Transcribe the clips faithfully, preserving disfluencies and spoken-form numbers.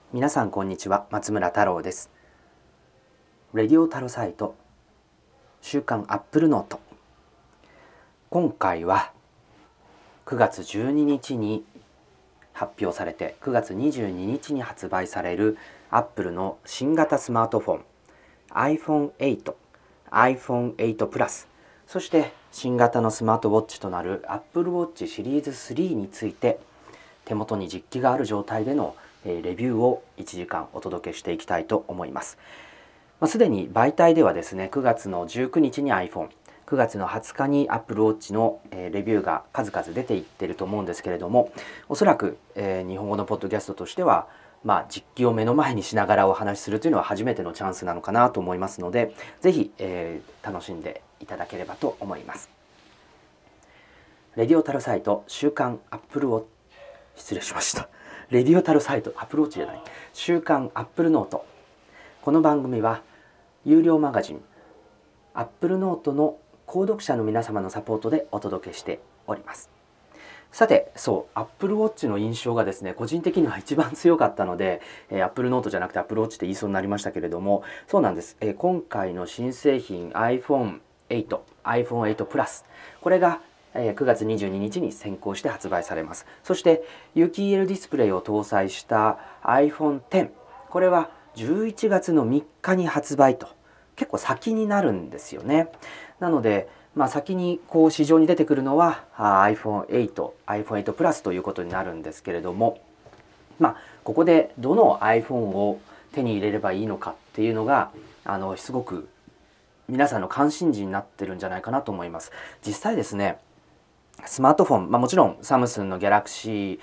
皆さんこんにちは、松村太郎です。レディオタロサイト週刊アップルノート。今回はくがつじゅうににちに発表されてくがつにじゅうににちに発売されるアップルの新型スマートフォン アイフォンエイト、アイフォンエイトプラス、そして新型のスマートウォッチとなる Apple Watch シリーズスリーについて手元に実機がある状態でのレビューをいちじかんお届けしていきたいと思います。まあ、すでに媒体ではですね、くがつのじゅうくにちに iPhone、くがつのはつかに Apple Watch のレビューが数々出ていっていると思うんですけれども、おそらく、えー、日本語のポッドキャストとしては、まあ、実機を目の前にしながらお話しするというのは初めてのチャンスなのかなと思いますので、ぜひ、えー、楽しんでいただければと思います。レディオタルサイト週刊 Apple Watch、失礼しました。レディオタルサイト、アプローチじゃない、週刊アップルノート。この番組は有料マガジンアップルノートの購読者の皆様のサポートでお届けしております。さて、そうアップルウォッチの印象がですね、個人的には一番強かったので、えー、アップルノートじゃなくてアップルウォッチって言いそうになりましたけれども、そうなんです、えー、今回の新製品 アイフォンエイト、アイフォンエイトプラス、これがくがつにじゅうににちに先行して発売されます。そして有機 イーエル ディスプレイを搭載した アイフォンテン、これはじゅういちがつのみっかに発売と、結構先になるんですよね。なので、まあ、先にこう市場に出てくるのは アイフォンエイト、アイフォンエイトプラスということになるんですけれども、まあ、ここでどの iPhone を手に入れればいいのかっていうのがあのすごく皆さんの関心事になってるんじゃないかなと思います。実際ですね、スマートフォン、まあ、もちろんサムスンの Galaxy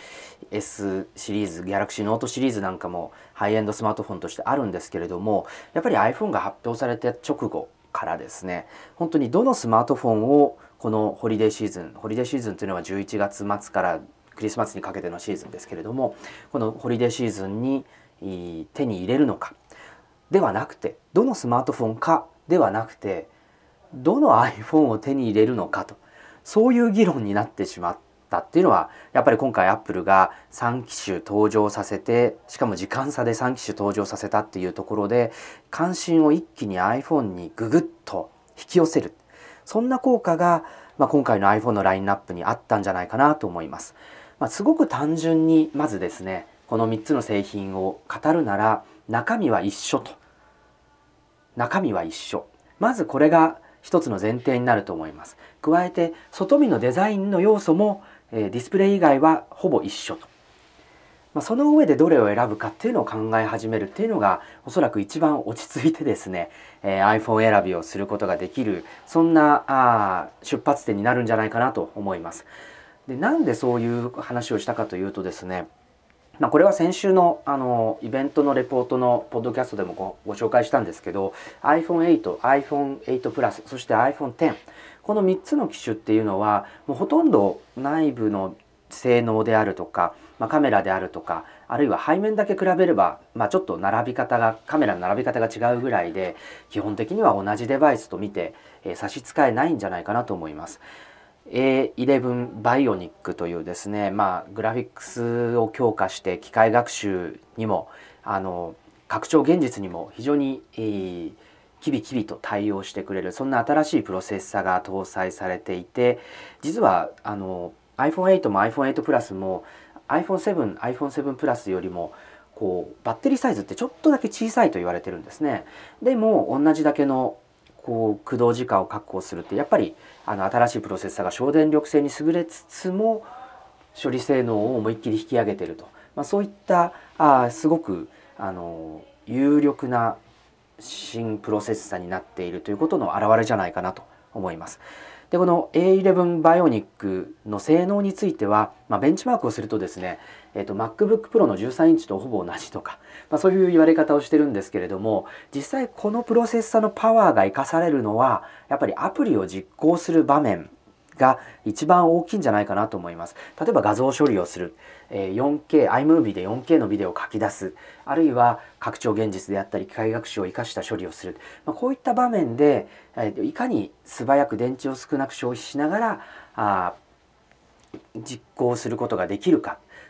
S シリーズ、Galaxy Note シリーズなんかもハイエンドスマートフォンとしてあるんですけれども、やっぱり iPhone が発表されて直後からですね、本当にどのスマートフォンをこのホリデーシーズン、ホリデーシーズンというのはじゅういちがつ末からクリスマスにかけてのシーズンですけれども、このホリデーシーズンに手に入れるのかではなくて、どのスマートフォンかではなくて、どの iPhone を手に入れるのかと、そういう議論になってしまったっていうのは、やっぱり今回アップルがさんきしゅ登場させて、しかも時間差でさんきしゅ登場させたっていうところで、関心を一気に iPhone にググッと引き寄せる、そんな効果が、まあ、今回の iPhone のラインナップにあったんじゃないかなと思います。まあ、すごく単純にまずですね、このみっつの製品を語るなら、中身は一緒と。中身は一緒。まずこれが一つの前提になると思います。加えて外見のデザインの要素も、えー、ディスプレイ以外はほぼ一緒と、まあ、その上でどれを選ぶかっていうのを考え始めるっていうのがおそらく一番落ち着いてですね、えー、iPhone 選びをすることができる、そんなあ出発点になるんじゃないかなと思います。で、なんでそういう話をしたかというとですね、まあ、これは先週のあのイベントのレポートのポッドキャストでも ご, ご紹介したんですけど、 アイフォンエイト、アイフォンエイトプラス、そして アイフォンテン、このみっつの機種っていうのはもうほとんど内部の性能であるとか、まあ、カメラであるとか、あるいは背面だけ比べれば、まあ、ちょっと並び方がカメラの並び方が違うぐらいで、基本的には同じデバイスと見て、えー、差し支えないんじゃないかなと思います。エーイレブン バイオニックというですね、まあ、グラフィックスを強化して機械学習にもあの拡張現実にも非常に、えー、キビキビと対応してくれる、そんな新しいプロセッサが搭載されていて、実はあの アイフォンエイト も アイフォンエイトプラスも アイフォンセブン、アイフォンセブン プラスよりもこうバッテリーサイズってちょっとだけ小さいと言われてるんですね。でも同じだけのこう駆動時間を確保するって、やっぱりあの新しいプロセッサーが省電力性に優れつつも処理性能を思いっきり引き上げていると、まあ、そういったあすごくあの有力な新プロセッサーになっているということの表れじゃないかなと思います。で、この エーイレブン バイオニックの性能については、まあ、ベンチマークをするとですね、えーと、MacBook Pro のじゅうさんインチとほぼ同じとか、まあ、そういう言われ方をしてるんですけれども、実際このプロセッサのパワーが生かされるのは、やっぱりアプリを実行する場面が一番大きいんじゃないかなと思います。例えば画像処理をする、よんケー、iMovie で よんケー のビデオを書き出す、あるいは拡張現実であったり機械学習を生かした処理をする、まあ、こういった場面でいかに素早く電池を少なく消費しながらあ実行することができるか、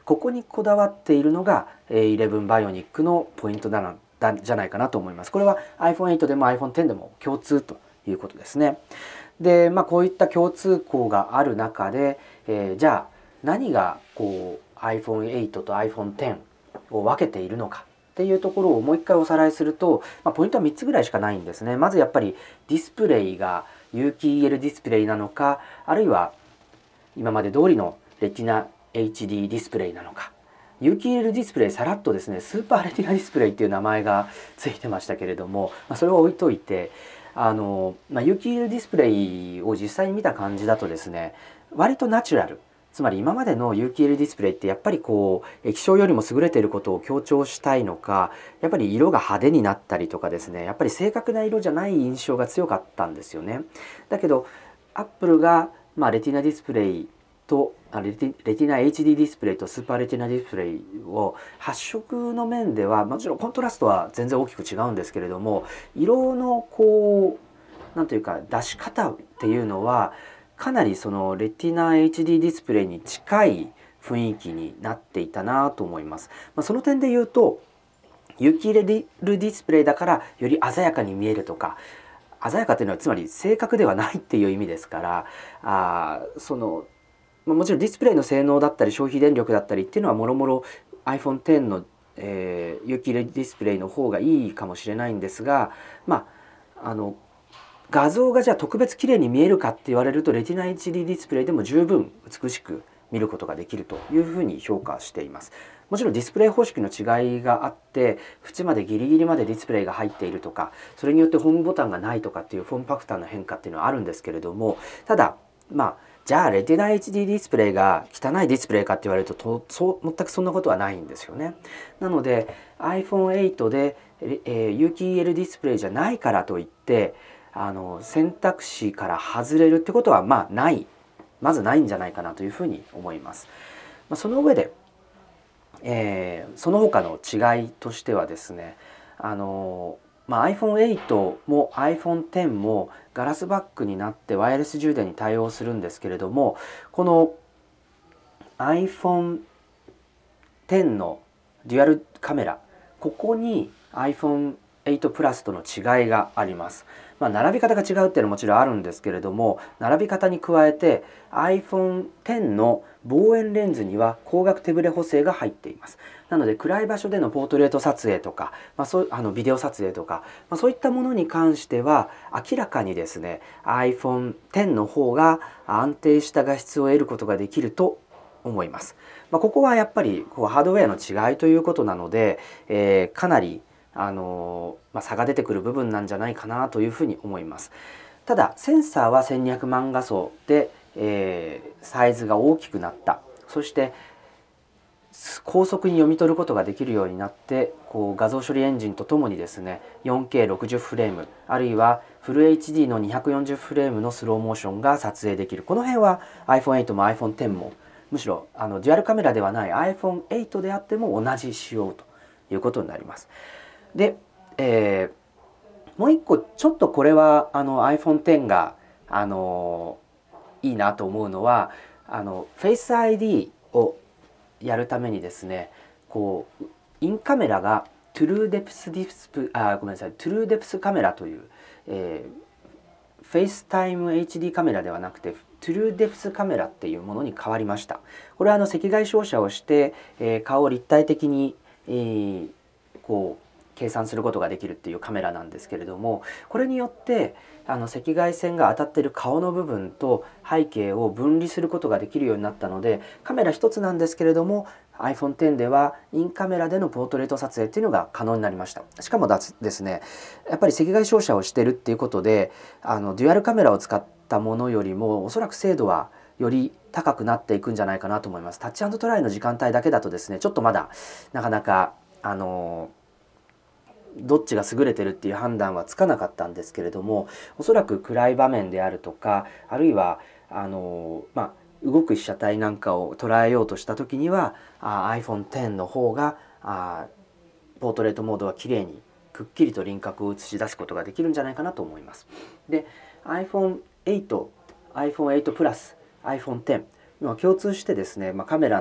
ここにこだわっているのがじゅういちバイオニックのポイントだなじゃないかなと思います。これは アイフォンエイト でも アイフォンテン でも共通ということですね。で、まあ、こういった共通項がある中で、えー、じゃあ何がこう アイフォンエイト と アイフォンテン を分けているのかっていうところをもう一回おさらいすると、まあ、ポイントはみっつぐらいしかないんですね。まずやっぱりディスプレイが有機 イーエル ディスプレイなのか、あるいは今まで通りのレティナ エイチディー ディスプレイなのか。有機 イーエル ディスプレイ、さらっとですねスーパーレティナディスプレイっていう名前がついてましたけれども、まあ、それを置いといて、あの、まあ、有機 イーエル ディスプレイを実際に見た感じだとですね、割とナチュラル、つまり今までの有機 イーエル ディスプレイってやっぱりこう液晶よりも優れていることを強調したいのか、やっぱり色が派手になったりとかですね、やっぱり正確な色じゃない印象が強かったんですよね。だけどアップルが、まあ、レティナディスプレイとレティ、レティナ エイチディー ディスプレイとスーパーレティナディスプレイを発色の面ではもちろんコントラストは全然大きく違うんですけれども、色のこうなんというか出し方っていうのはかなりそのレティナ エイチディー ディスプレイに近い雰囲気になっていたなと思います。まあ、その点で言うと有機 イーエル ディスプレイだからより鮮やかに見えるとか、鮮やかというのはつまり正確ではないっていう意味ですから、あそのもちろんディスプレイの性能だったり消費電力だったりっていうのはもろもろ アイフォンテン の、えー、有機 イーエル ディスプレイの方がいいかもしれないんですが、まああの画像がじゃあ特別綺麗に見えるかって言われるとレティナ エイチディー ディスプレイでも十分美しく見ることができるというふうに評価しています。もちろんディスプレイ方式の違いがあって、縁までギリギリまでディスプレイが入っているとか、それによってホームボタンがないとかっていうフォームファクターの変化っていうのはあるんですけれども、ただまあじゃあレティナ エイチディー ディスプレイが汚いディスプレイかって言われると、とそう全くそんなことはないんですよね。なので アイフォンエイト で、えー、有機 イーエル ディスプレイじゃないからといってあの選択肢から外れるってことはまあないまずないんじゃないかなというふうに思います。まあ、その上で、えー、その他の違いとしてはですね、あのまあ、アイフォンエイト も アイフォンテン もガラスバックになってワイヤレス充電に対応するんですけれども、この アイフォンテン のデュアルカメラ、ここに アイフォンエイト プラスとの違いがあります。まあ、並び方が違うっていうのはもちろんあるんですけれども、並び方に加えて アイフォンテン の望遠レンズには光学手ブレ補正が入っています。なので暗い場所でのポートレート撮影とか、まあ、そうあのビデオ撮影とか、まあ、そういったものに関しては明らかにですね アイフォンテン の方が安定した画質を得ることができると思います。まあ、ここはやっぱりこうハードウェアの違いということなので、えー、かなりあのまあ、差が出てくる部分なんじゃないかなというふうに思います。ただセンサーはせんにひゃくまん画素で、えー、サイズが大きくなった。そして高速に読み取ることができるようになって、こう画像処理エンジンとともにですね よんケーろくじゅう フレームあるいはフル エイチディー のにひゃくよんじゅうフレームのスローモーションが撮影できる。この辺は アイフォンエイト も アイフォンテン もむしろあのデュアルカメラではない アイフォンエイト であっても同じ仕様ということになります。で、えー、もう一個ちょっとこれはあの アイフォンテン があのいいなと思うのは、あのフェイス アイディー をやるためにですね、こうインカメラがトゥルーデプスディスプあごめんなさいトゥルーデプスカメラという、えー、フェイスタイム エイチディー カメラではなくてトゥルーデプスカメラっていうものに変わりました。これはあの赤外照射をして、えー、顔を立体的に、えー、こう計算することができるっていうカメラなんですけれども、これによってあの赤外線が当たっている顔の部分と背景を分離することができるようになったので、カメラ一つなんですけれども アイフォンテン ではインカメラでのポートレート撮影っていうのが可能になりました。しかもですね、やっぱり赤外照射をしてるっていうことで、あのデュアルカメラを使ったものよりもおそらく精度はより高くなっていくんじゃないかなと思います。タッチ&トライの時間帯だけだとですね、ちょっとまだなかなかあのどっちが優れてるっていう判断はつかなかったんですけれども、おそらく暗い場面であるとか、あるいはあの、まあ、動く被写体なんかを捉えようとした時にはあ アイフォンテン の方があポートレートモードは綺麗にくっきりと輪郭を映し出すことができるんじゃないかなと思います。で アイフォンエイト、アイフォンエイト プラス、アイフォンテン 共通してですね、まあ、カメラの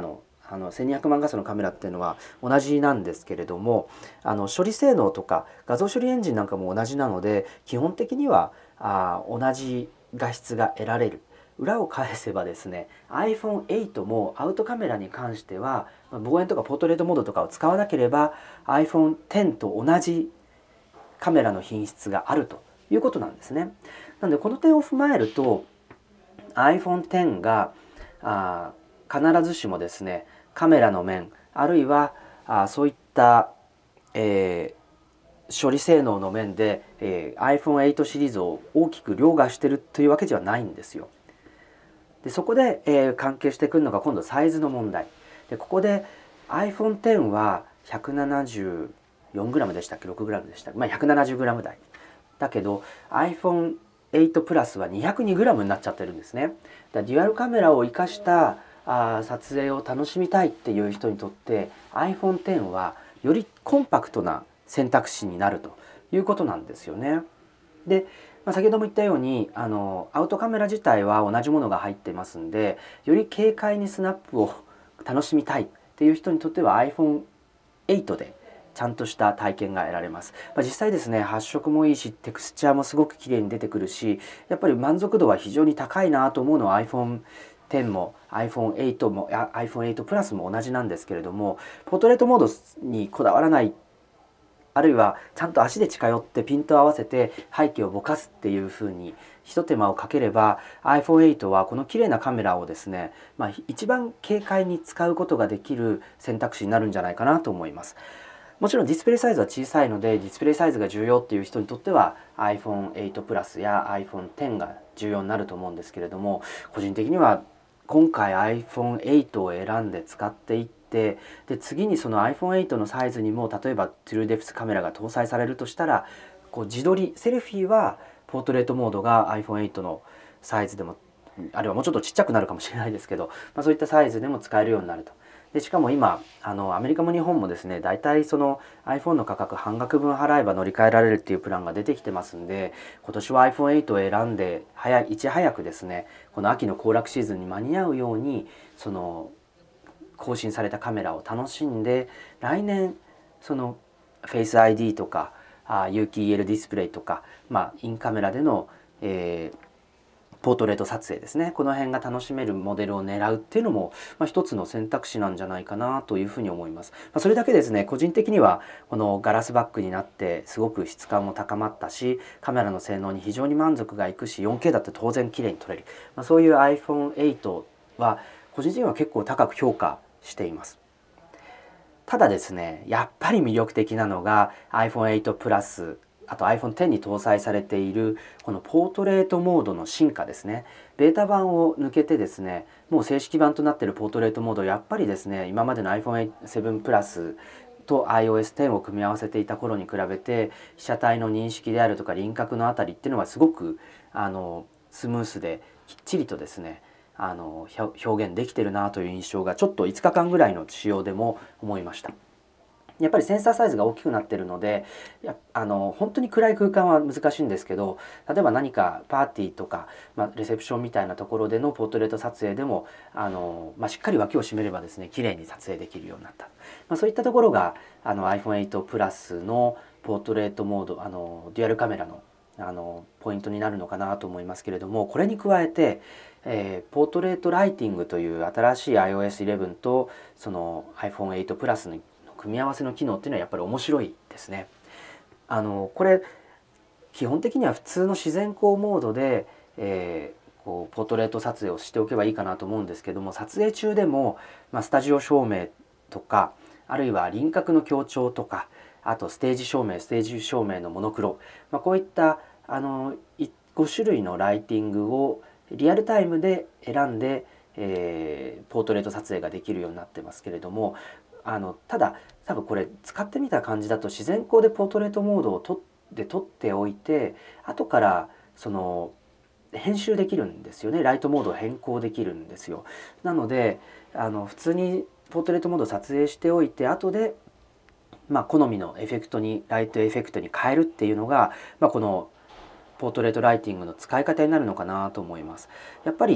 あのせんにひゃくまん画素のカメラっていうのは同じなんですけれども、あの処理性能とか画像処理エンジンなんかも同じなので、基本的にはあ同じ画質が得られる。裏を返せばですね、 アイフォンエイト もアウトカメラに関しては望遠とかポートレートモードとかを使わなければ アイフォンテン と同じカメラの品質があるということなんですね。なのでこの点を踏まえると アイフォンテン があ必ずしもですね、カメラの面あるいはあそういった、えー、処理性能の面で、えー、アイフォンエイト シリーズを大きく凌駕しているというわけではないんですよ。でそこで、えー、関係してくるのが今度サイズの問題で、ここで アイフォンテン は ひゃくななじゅうよんグラム でしたっけ ろくグラム でしたっけ、まあ、ひゃくななじゅうグラム 台だけど アイフォンエイト プラスは にひゃくにグラム になっちゃってるんですね。だデュアルカメラを生かしたあ撮影を楽しみたいっていう人にとって アイフォンテン はよりコンパクトな選択肢になるということなんですよね。で、まあ、先ほども言ったようにあのアウトカメラ自体は同じものが入ってますんで、より軽快にスナップを楽しみたいっていう人にとっては アイフォンエイト でちゃんとした体験が得られます。まあ、実際ですね、発色もいいしテクスチャーもすごく綺麗に出てくるし、やっぱり満足度は非常に高いなと思うのは アイフォンテン も アイフォンエイト も アイフォンエイト プラスも同じなんですけれども、ポートレートモードにこだわらない、あるいはちゃんと足で近寄ってピントを合わせて背景をぼかすっていう風に一手間をかければ アイフォンエイト はこの綺麗なカメラをですね、まあ、一番軽快に使うことができる選択肢になるんじゃないかなと思います。もちろんディスプレイサイズは小さいのでディスプレイサイズが重要っていう人にとっては アイフォンエイト プラスや アイフォンテン が重要になると思うんですけれども、個人的には今回 アイフォンエイト を選んで使っていってで次にその アイフォンエイト のサイズにも例えばトゥルーデプスカメラが搭載されるとしたら、こう自撮りセルフィーはポートレートモードが アイフォンエイト のサイズでも、あるいはもうちょっとちっちゃくなるかもしれないですけど、まあ、そういったサイズでも使えるようになると。でしかも今あのアメリカも日本もですね、大体その アイフォン の価格半額分払えば乗り換えられるっていうプランが出てきてますんで、今年は アイフォンエイト を選んで早いいち早くですね、この秋の行楽シーズンに間に合うようにその更新されたカメラを楽しんで、来年そのフェイス アイディー とかあ有機 イーエル ディスプレイとか、まあ、インカメラでの、えーポートレート撮影ですね、この辺が楽しめるモデルを狙うっていうのも、まあ、一つの選択肢なんじゃないかなというふうに思います。まあ、それだけですね、個人的にはこのガラスバッグになってすごく質感も高まったし、カメラの性能に非常に満足がいくし よんケー だって当然綺麗に撮れる、まあ、そういう アイフォンエイト は個人的には結構高く評価しています。ただですね、やっぱり魅力的なのが アイフォンエイト プラス、あと アイフォンテン に搭載されているこのポートレートモードの進化ですね。ベータ版を抜けてですね、もう正式版となっているポートレートモード、やっぱりですね、今までの アイフォンセブン プラスと アイオーエステン を組み合わせていた頃に比べて、被写体の認識であるとか輪郭のあたりっていうのはすごくあのスムースできっちりとですね、あの表現できてるなという印象がちょっといつかかんぐらいの使用でも思いました。やっぱりセンサーサイズが大きくなってるので、やあの本当に暗い空間は難しいんですけど、例えば何かパーティーとか、まあ、レセプションみたいなところでのポートレート撮影でもあの、まあ、しっかり脇を締めればですね、綺麗に撮影できるようになった、まあ、そういったところがあの アイフォンエイト プラスのポートレートモード、あのデュアルカメラのあのポイントになるのかなと思いますけれども、これに加えて、えー、ポートレートライティングという新しい アイオーエスイレブン とその アイフォンエイト プラスの組み合わせの機能っていうのはやっぱり面白いですね。あのこれ基本的には普通の自然光モードで、えー、こうポートレート撮影をしておけばいいかなと思うんですけども、撮影中でも、まあ、スタジオ照明とか、あるいは輪郭の強調とか、あとステージ照明ステージ照明のモノクロ、まあ、こういったあのご種類のライティングをリアルタイムで選んで、えー、ポートレート撮影ができるようになってますけれども、あのただ多分これ使ってみた感じだと自然光でポートレートモードをとで撮っておいて、後からその編集できるんですよね。ライトモードを変更できるんですよ。なのであの普通にポートレートモードを撮影しておいて、後でまあ好みのエフェクトにライトエフェクトに変えるっていうのが、まあ、このポートレートライティングの使い方になるのかなと思います。やっぱり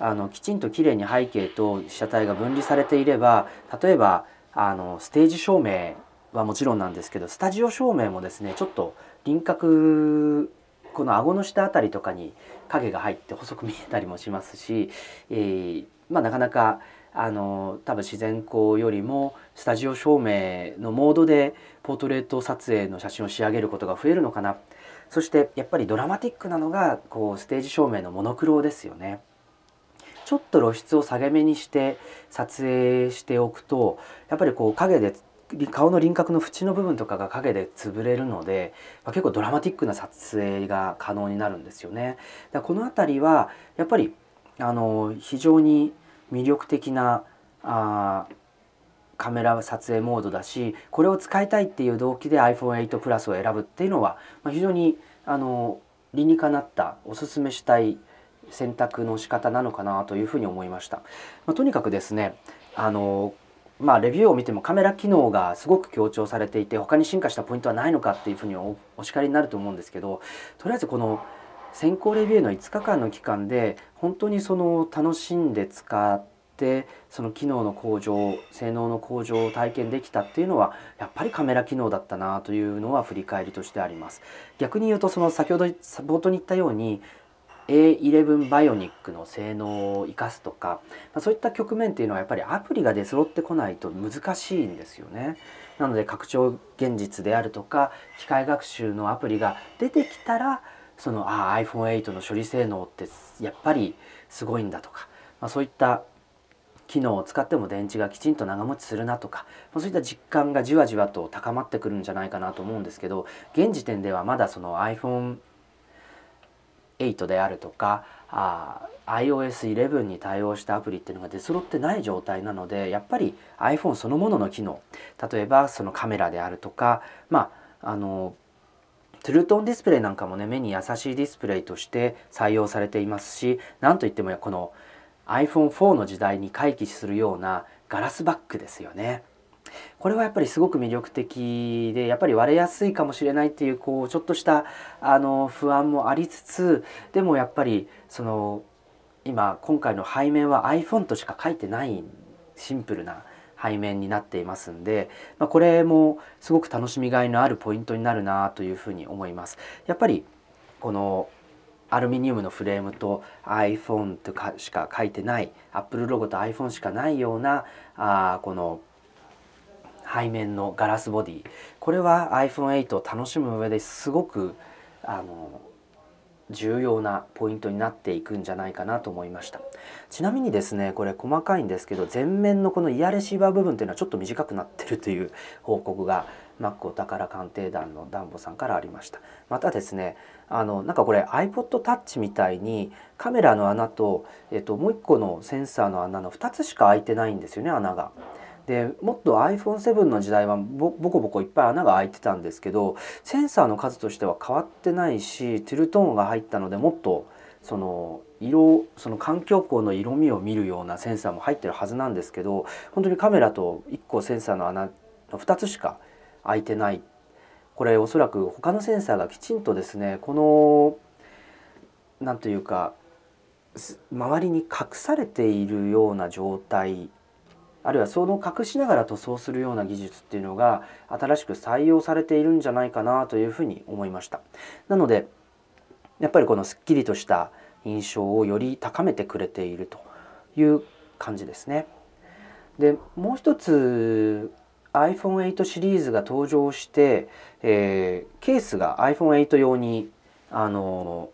あのきちんときれいに背景と被写体が分離されていれば、例えばあのステージ照明はもちろんなんですけど、スタジオ照明もですねちょっと輪郭、この顎の下あたりとかに影が入って細く見えたりもしますし、えー、まあなかなかあの多分自然光よりもスタジオ照明のモードでポートレート撮影の写真を仕上げることが増えるのかな。そしてやっぱりドラマティックなのがこうステージ照明のモノクロですよね。ちょっと露出を下げ目にして撮影しておくと、やっぱりこう影で顔の輪郭の縁の部分とかが影で潰れるので、まあ、結構ドラマティックな撮影が可能になるんですよね。だからこの辺りはやっぱりあの非常に魅力的なあカメラ撮影モードだし、これを使いたいっていう動機で アイフォンエイト プラスを選ぶっていうのは、まあ、非常にあの理にかなったおすすめしたい選択の仕方なのかなというふうに思いました。まあ、とにかくですね、あのまあレビューを見てもカメラ機能がすごく強調されていて、他に進化したポイントはないのかっていうふうに お, お叱りになると思うんですけど、とりあえずこの先行レビューのいつかかんの期間で本当にその楽しんで使ってその機能の向上、性能の向上を体験できたっていうのはやっぱりカメラ機能だったなというのは振り返りとしてあります。逆に言うと、その先ほど冒頭に言ったようにエーイレブン バイオニックの性能を生かすとか、まあ、そういった局面っていうのはやっぱりアプリが出揃ってこないと難しいんですよね。なので拡張現実であるとか機械学習のアプリが出てきたら、そのあ アイフォンエイト の処理性能ってやっぱりすごいんだとか、まあ、そういった機能を使っても電池がきちんと長持ちするなとか、まあ、そういった実感がじわじわと高まってくるんじゃないかなと思うんですけど、現時点ではまだその アイフォンエイト であるとかあ アイオーエスイレブン に対応したアプリっていうのが出揃ってない状態なので、やっぱり iPhone そのものの機能、例えばそのカメラであるとか、まああのトゥルートーンディスプレイなんかもね、目に優しいディスプレイとして採用されていますし、なんといってもこの アイフォンフォー の時代に回帰するようなガラスバックですよね。これはやっぱりすごく魅力的で、やっぱり割れやすいかもしれないっていうこうちょっとしたあの不安もありつつ、でもやっぱりその今今回の背面は iPhone としか書いてないシンプルな背面になっていますんで、まあ、これもすごく楽しみがいのあるポイントになるなというふうに思います。やっぱりこのアルミニウムのフレームと iPhone とかしか書いてない、 Apple ロゴと iPhone しかないようなあこの背面のガラスボディ、これは アイフォンエイト を楽しむ上ですごくあの重要なポイントになっていくんじゃないかなと思いました。ちなみにですね、これ細かいんですけど、前面のこのイヤーレシーバー部分っていうのはちょっと短くなってるという報告が Mac お宝鑑定団のダンボさんからありました。またですね、あのなんかこれ iPod Touch みたいにカメラの穴と、えっと、もう一個のセンサーの穴のふたつしか開いてないんですよね、穴が。でもっと アイフォンセブン の時代はボボコボコいっぱい穴が開いてたんですけど、センサーの数としては変わってないし、トゥルトーンが入ったのでもっとその色その環境光の色味を見るようなセンサーも入ってるはずなんですけど、本当にカメラといっこセンサーの穴のふたつしか開いてない。これおそらく他のセンサーがきちんとですね、このなんというか周りに隠されているような状態、あるいはその隠しながら塗装するような技術っていうのが新しく採用されているんじゃないかなというふうに思いました。なのでやっぱりこのすっきりとした印象をより高めてくれているという感じですね。でもう一つ アイフォンエイト シリーズが登場して、えー、ケースが アイフォンエイト 用にあの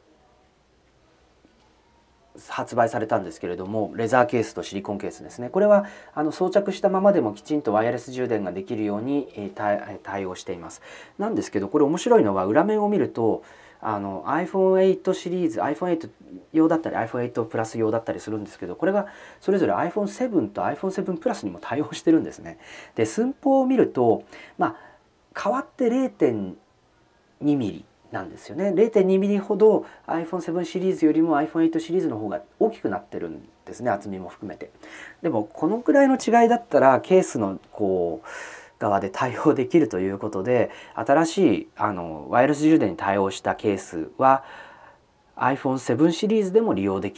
発売されたんですけれども、レザーケースとシリコンケースですね。これはあの装着したままでもきちんとワイヤレス充電ができるように、えー、対応しています。なんですけど、これ面白いのは裏面を見るとあの アイフォンエイト シリーズ アイフォンエイト 用だったり アイフォンエイト プラス用だったりするんですけど、これがそれぞれ アイフォンセブン と アイフォンセブン プラスにも対応してるんですね。で寸法を見るとまあ変わって れいてんにミリなんですよね。 れいてんにミリほど アイフォンセブン シリーズよりも アイフォンエイト シリーズの方が大きくなってるんですね、厚みも含めて。でもこのくらいの違いだったらケースのこう側で対応できるということで、新しいあのワイヤレス充電に対応したケースは アイフォンセブン シリーズでも利用できる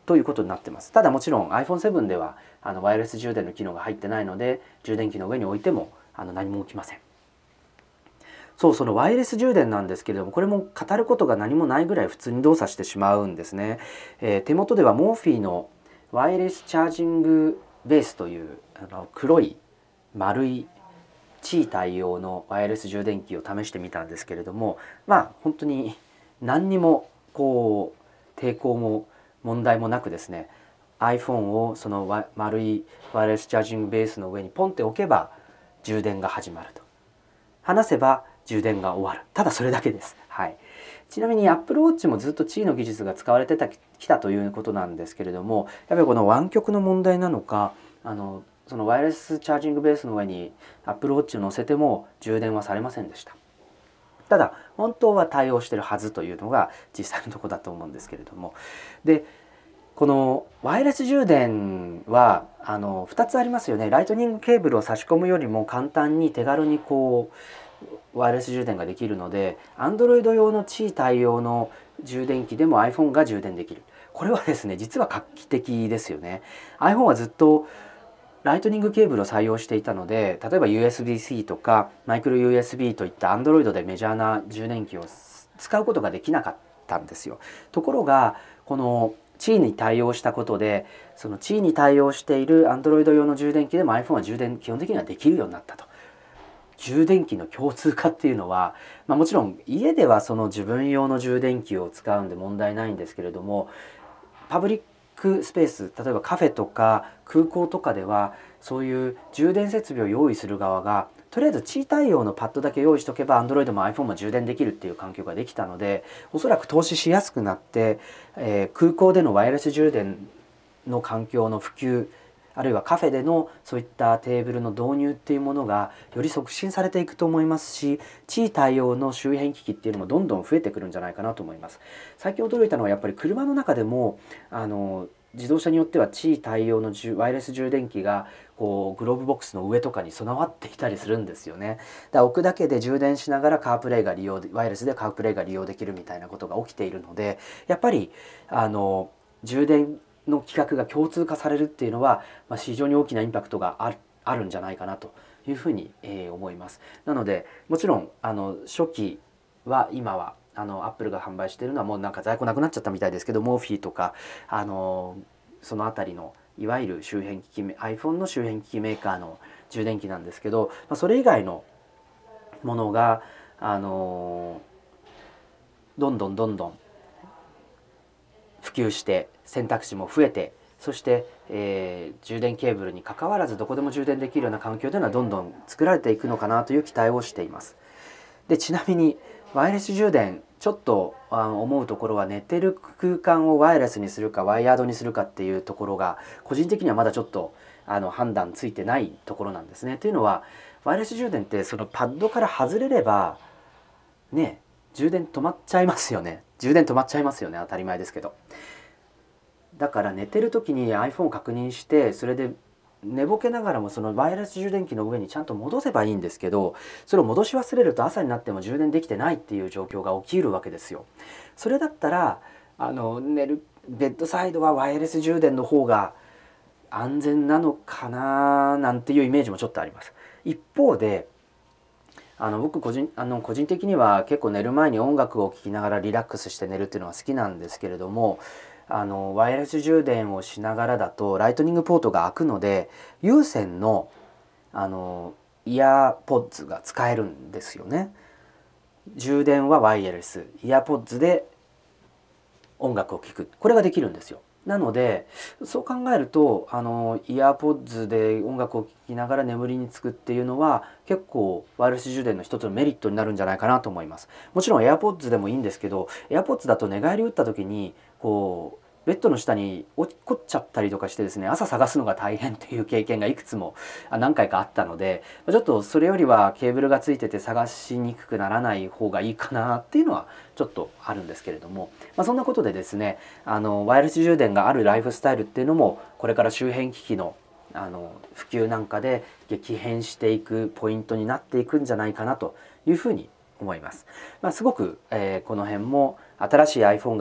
ということになってます。ただもちろん アイフォンセブン ではあのワイヤレス充電の機能が入ってないので、充電器の上に置いてもあの何も起きません。そう、そのワイヤレス充電なんですけれども、これも語ることが何もないぐらい普通に動作してしまうんですね。えー、手元ではモーフィーのワイヤレスチャージングベースというあの黒い丸い地位対応のワイヤレス充電器を試してみたんですけれども、まあ本当に何にもこう抵抗も問題もなくですね、 iPhone をその丸いワイヤレスチャージングベースの上にポンって置けば充電が始まると、離せば充電が終わる、ただそれだけです。はい、ちなみに Apple Watch もずっと地位の技術が使われてたきたということなんですけれども、やっぱりこの湾曲の問題なのか、あのそのワイヤレスチャージングベースの上に Apple Watch を乗せても充電はされませんでした。ただ本当は対応してるはずというのが実際のところだと思うんですけれども、でこのワイヤレス充電はあのふたつありますよね。ライトニングケーブルを差し込むよりも簡単に手軽にこうワイヤレス充電ができるので、 Android 用の地位対応の充電器でも iPhone が充電できる。これはですね、実は画期的ですよね。 iPhone はずっとライトニングケーブルを採用していたので、例えば ユーエスビー-C とかマイクロ ユーエスビー といった Android でメジャーな充電器を使うことができなかったんですよ。ところがこの地位に対応したことで、その地位に対応している Android 用の充電器でも iPhone は充電基本的にはできるようになったと。充電器の共通化っていうのは、まあ、もちろん家ではその自分用の充電器を使うんで問題ないんですけれども、パブリックスペース、例えばカフェとか空港とかではそういう充電設備を用意する側がとりあえず地位対応のパッドだけ用意しておけば Android も iPhone も充電できるっていう環境ができたので、おそらく投資しやすくなって、えー、空港でのワイヤレス充電の環境の普及、あるいはカフェでのそういったテーブルの導入っていうものがより促進されていくと思いますし、地位対応の周辺機器っていうのもどんどん増えてくるんじゃないかなと思います。最近驚いたのはやっぱり車の中でもあの自動車によっては地位対応のワイヤレス充電器がこうグローブボックスの上とかに備わっていたりするんですよね。だから置くだけで充電しながらカープレイが利用でワイヤレスでカープレイが利用できるみたいなことが起きているので、やっぱりあの充電の規格が共通化されるっていうのは、まあ、非常に大きなインパクトがある、あるんじゃないかなというふうに、えー、思います。なのでもちろんあの初期は今はあのアップルが販売しているのはもうなんか在庫なくなっちゃったみたいですけど、モーフィーとかあのそのあたりのいわゆる周辺機器 iPhone の周辺機器メーカーの充電器なんですけど、まあ、それ以外のものがあのどんどんどんどん普及して選択肢も増えて、そして、えー、充電ケーブルにかかわらずどこでも充電できるような環境というのはどんどん作られていくのかなという期待をしています。でちなみにワイヤレス充電ちょっと思うところは、寝てる空間をワイヤレスにするかワイヤードにするかっていうところが個人的にはまだちょっとあの判断ついてないところなんですね。というのはワイヤレス充電ってそのパッドから外れればね、充電止まっちゃいますよね。充電止まっちゃいますよね、当たり前ですけど。だから寝てる時に iPhone を確認して、それで寝ぼけながらもそのワイヤレス充電器の上にちゃんと戻せばいいんですけど、それを戻し忘れると朝になっても充電できてないっていう状況が起きるわけですよ。それだったらあの寝るベッドサイドはワイヤレス充電の方が安全なのかななんていうイメージもちょっとあります。一方であの僕個人あの個人的には結構寝る前に音楽を聴きながらリラックスして寝るっていうのは好きなんですけれども、あのワイヤレス充電をしながらだとライトニングポートが開くので有線のあのイヤーポッズが使えるんですよね。充電はワイヤレス、イヤーポッズで音楽を聴く、これができるんですよ。なのでそう考えるとあのイヤーポッズで音楽を聴きながら眠りにつくっていうのは結構ワイヤレス充電の一つのメリットになるんじゃないかなと思います。もちろん AirPods でもいいんですけど、 AirPods だと寝返り打った時にこうベッドの下に落っこっちゃったりとかしてですね、朝探すのが大変っていう経験がいくつも何回かあったので、ちょっとそれよりはケーブルがついてて探しにくくならない方がいいかなっていうのはちょっとあるんですけれども、まあ、そんなことでですね、あのワイヤレス充電があるライフスタイルっていうのもこれから周辺機器のあの普及なんかで激変していくポイントになっていくんじゃないかなというふうに思います。まあ、すごく、えー、この辺も新しい iPhone が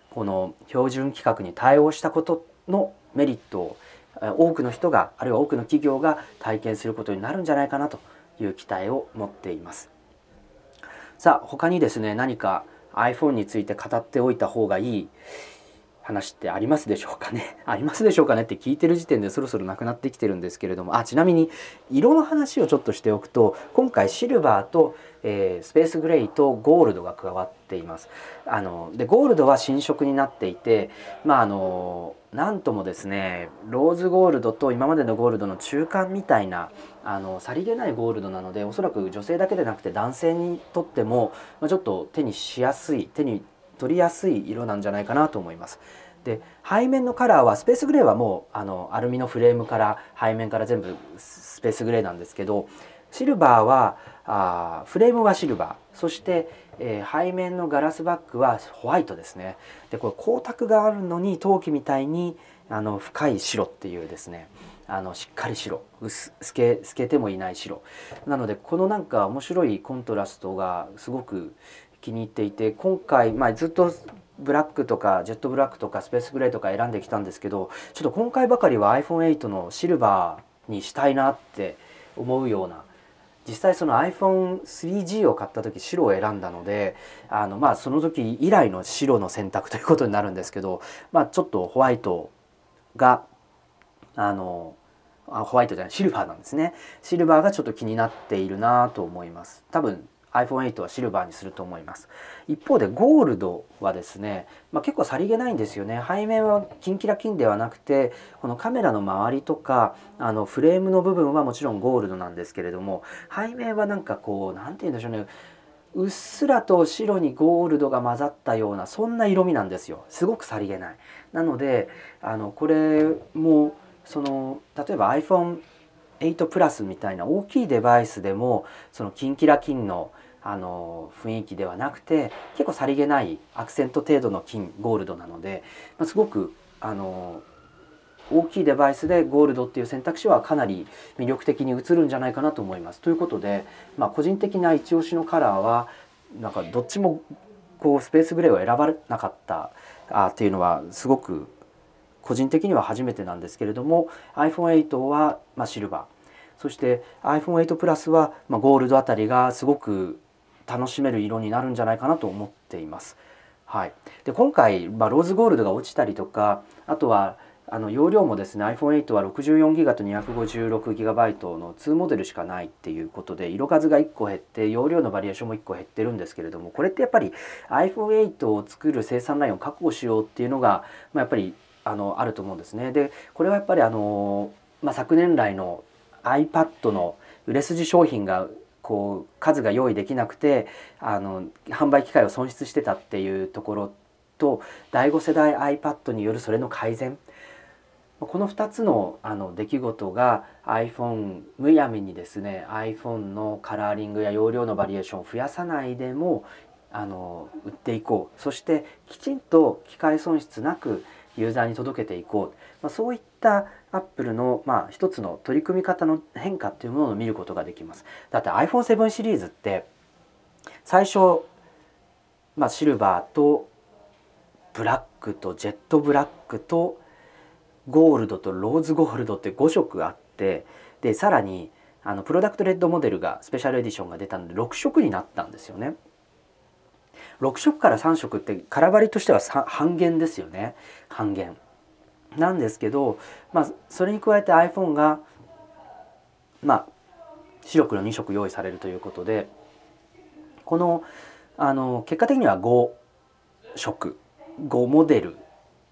この標準規格に対応したことのメリットを多くの人が、あるいは多くの企業が体験することになるんじゃないかなという期待を持っています。さあ他にですね、何か iPhone について語っておいた方がいい話ってありますでしょうかねありますでしょうかねって聞いてる時点でそろそろなくなってきてるんですけれども、あちなみに色の話をちょっとしておくと、今回シルバーと、えー、スペースグレイとゴールドが加わっています。あのでゴールドは新色になっていて、まああのなんともですね、ローズゴールドと今までのゴールドの中間みたいな、あのさりげないゴールドなので、おそらく女性だけでなくて男性にとっても、まあ、ちょっと手にしやすい、手に取りやすい色なんじゃないかなと思います。で背面のカラーはスペースグレーはもうあのアルミのフレームから背面から全部スペースグレーなんですけど、シルバーはあーフレームはシルバー、そして、えー、背面のガラスバッグはホワイトですね。でこれ光沢があるのに陶器みたいにあの深い白っていうですね、あのしっかり白、薄透け透けてもいない白なので、このなんか面白いコントラストがすごく気に入っていて、今回、まあ、ずっとブラックとかジェットブラックとかスペースグレーとか選んできたんですけど、ちょっと今回ばかりは アイフォンエイト のシルバーにしたいなって思うような、実際その アイフォンスリージー を買った時白を選んだので、あのまあその時以来の白の選択ということになるんですけど、まあ、ちょっとホワイトがあのあホワイトじゃないシルバーなんですね。シルバーがちょっと気になっているなと思います。多分 アイフォンエイト はシルバーにすると思います。一方でゴールドはですね、まあ、結構さりげないんですよね。背面はキンキラキンではなくて、このカメラの周りとかあのフレームの部分はもちろんゴールドなんですけれども、背面はなんかこうなんて言うんでしょうね、うっすらと白にゴールドが混ざったような、そんな色味なんですよ。すごくさりげない。なのであのこれもその例えば アイフォンエイトプラスみたいな大きいデバイスでもそのキンキラキンのあの雰囲気ではなくて、結構さりげないアクセント程度の金ゴールドなので、まあ、すごくあの大きいデバイスでゴールドっていう選択肢はかなり魅力的に映るんじゃないかなと思います。ということで、まあ、個人的な一押しのカラーはなんかどっちもこうスペースグレーを選ばなかったあっていうのはすごく個人的には初めてなんですけれども、 アイフォンエイト はまあシルバー、そして アイフォンエイト プラスはまあゴールドあたりがすごく楽しめる色になるんじゃないかなと思っています。はい、で今回、まあ、ローズゴールドが落ちたりとか、あとはあの容量もですね アイフォンエイト は ろくじゅうよんギガバイト と にひゃくごじゅうろくギガバイト のにモデルしかないっていうことで、色数がいっこ減って容量のバリエーションもいっこ減ってるんですけれども、これってやっぱり アイフォンエイト を作る生産ラインを確保しようっていうのが、まあ、やっぱりあのあると思うんですね。でこれはやっぱりあの、まあ、昨年来の iPad の売れ筋商品がこう数が用意できなくてあの販売機会を損失してたっていうところと、だいご世代 iPad によるそれの改善、このふたつのあの出来事が iPhone むやみにですね iPhone のカラーリングや容量のバリエーションを増やさないでもあの売っていこう、そしてきちんと機械損失なくユーザーに届けていこう、まあ、そういったアップルの、まあ、一つの取り組み方の変化っていうものを見ることができます。だって アイフォンセブン シリーズって最初、まあ、シルバーとブラックとジェットブラックとゴールドとローズゴールドってご色あって、でさらにあのプロダクトレッドモデルがスペシャルエディションが出たのでろく色になったんですよね。ろく色からさん色ってカラバリとしては半減ですよね。半減なんですけど、まあ、それに加えて iPhone がまあ白黒に色用意されるということで、このあの結果的にはご色ごモデル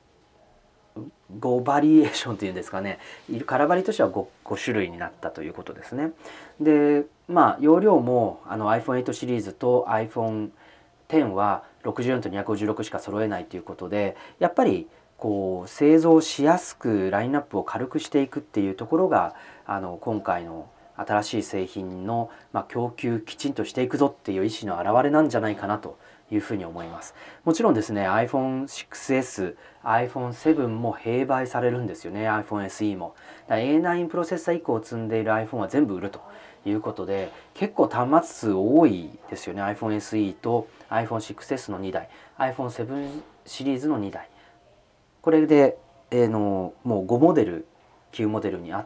ごバリエーションというんですかね、カラバリとしては 5, ご種類になったということですね。でまあ容量もあの アイフォンエイト シリーズと アイフォンテン はろくじゅうよんとにひゃくごじゅうろくしか揃えないということで、やっぱりこう製造しやすくラインナップを軽くしていくっていうところがあの今回の新しい製品の、まあ、供給きちんとしていくぞっていう意思の表れなんじゃないかなというふうに思います。もちろんですね アイフォンシックスエス、アイフォンセブン も併売されるんですよね。 アイフォンエスイー も。だから エーナイン プロセッサー以降を積んでいる iPhone は全部売るということで、結構端末数多いですよね。 アイフォンエスイー と アイフォンシックスエス のにだい、 アイフォンセブンシリーズのにだい、これで、えー、のもうごモデルきゅうモデルにあって、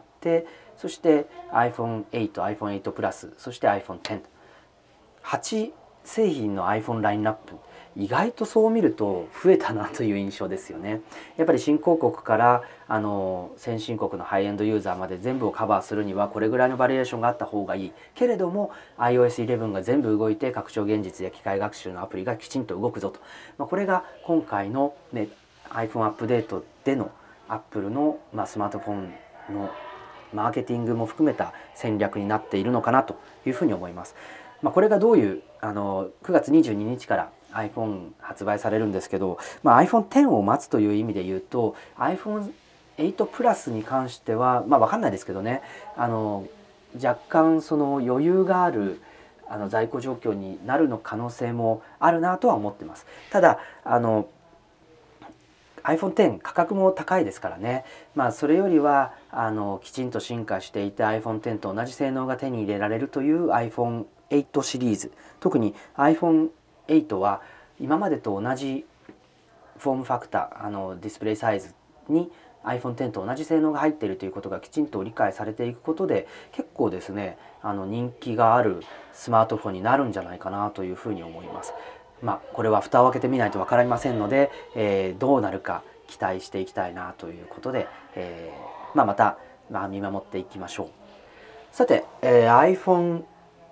そして アイフォンエイト、アイフォンエイト プラス、そして アイフォンテン、はち製品の iPhone ラインナップ、意外とそう見ると増えたなという印象ですよね。やっぱり新興国からあの先進国のハイエンドユーザーまで全部をカバーするにはこれぐらいのバリエーションがあった方がいいけれども、 アイオーエスイレブン が全部動いて拡張現実や機械学習のアプリがきちんと動くぞと、まあ、これが今回の、ね、iPhone アップデートでの Apple の、まあ、スマートフォンのマーケティングも含めた戦略になっているのかなというふうに思います。まあ、これがどういうあのくがつにじゅうににちから iPhone 発売されるんですけど、まあ、アイフォンテン を待つという意味で言うと アイフォンエイト プラスに関してはまあ分かんないですけどね、あの若干その余裕があるあの在庫状況になるの可能性もあるなとは思ってます。ただあの アイフォンテン 価格も高いですからね、まあ、それよりはあのきちんと進化していて アイフォンテン と同じ性能が手に入れられるという アイフォンエイト シリーズ、特に アイフォンエイト は今までと同じフォームファクター、あのディスプレイサイズに アイフォンテン と同じ性能が入っているということがきちんと理解されていくことで、結構ですねあの人気があるスマートフォンになるんじゃないかなというふうに思います。まあ、これは蓋を開けてみないと分かりませんので、えー、どうなるか期待していきたいなということで、えーまあ、また、まあ、見守っていきましょう。さて、えー、アイフォン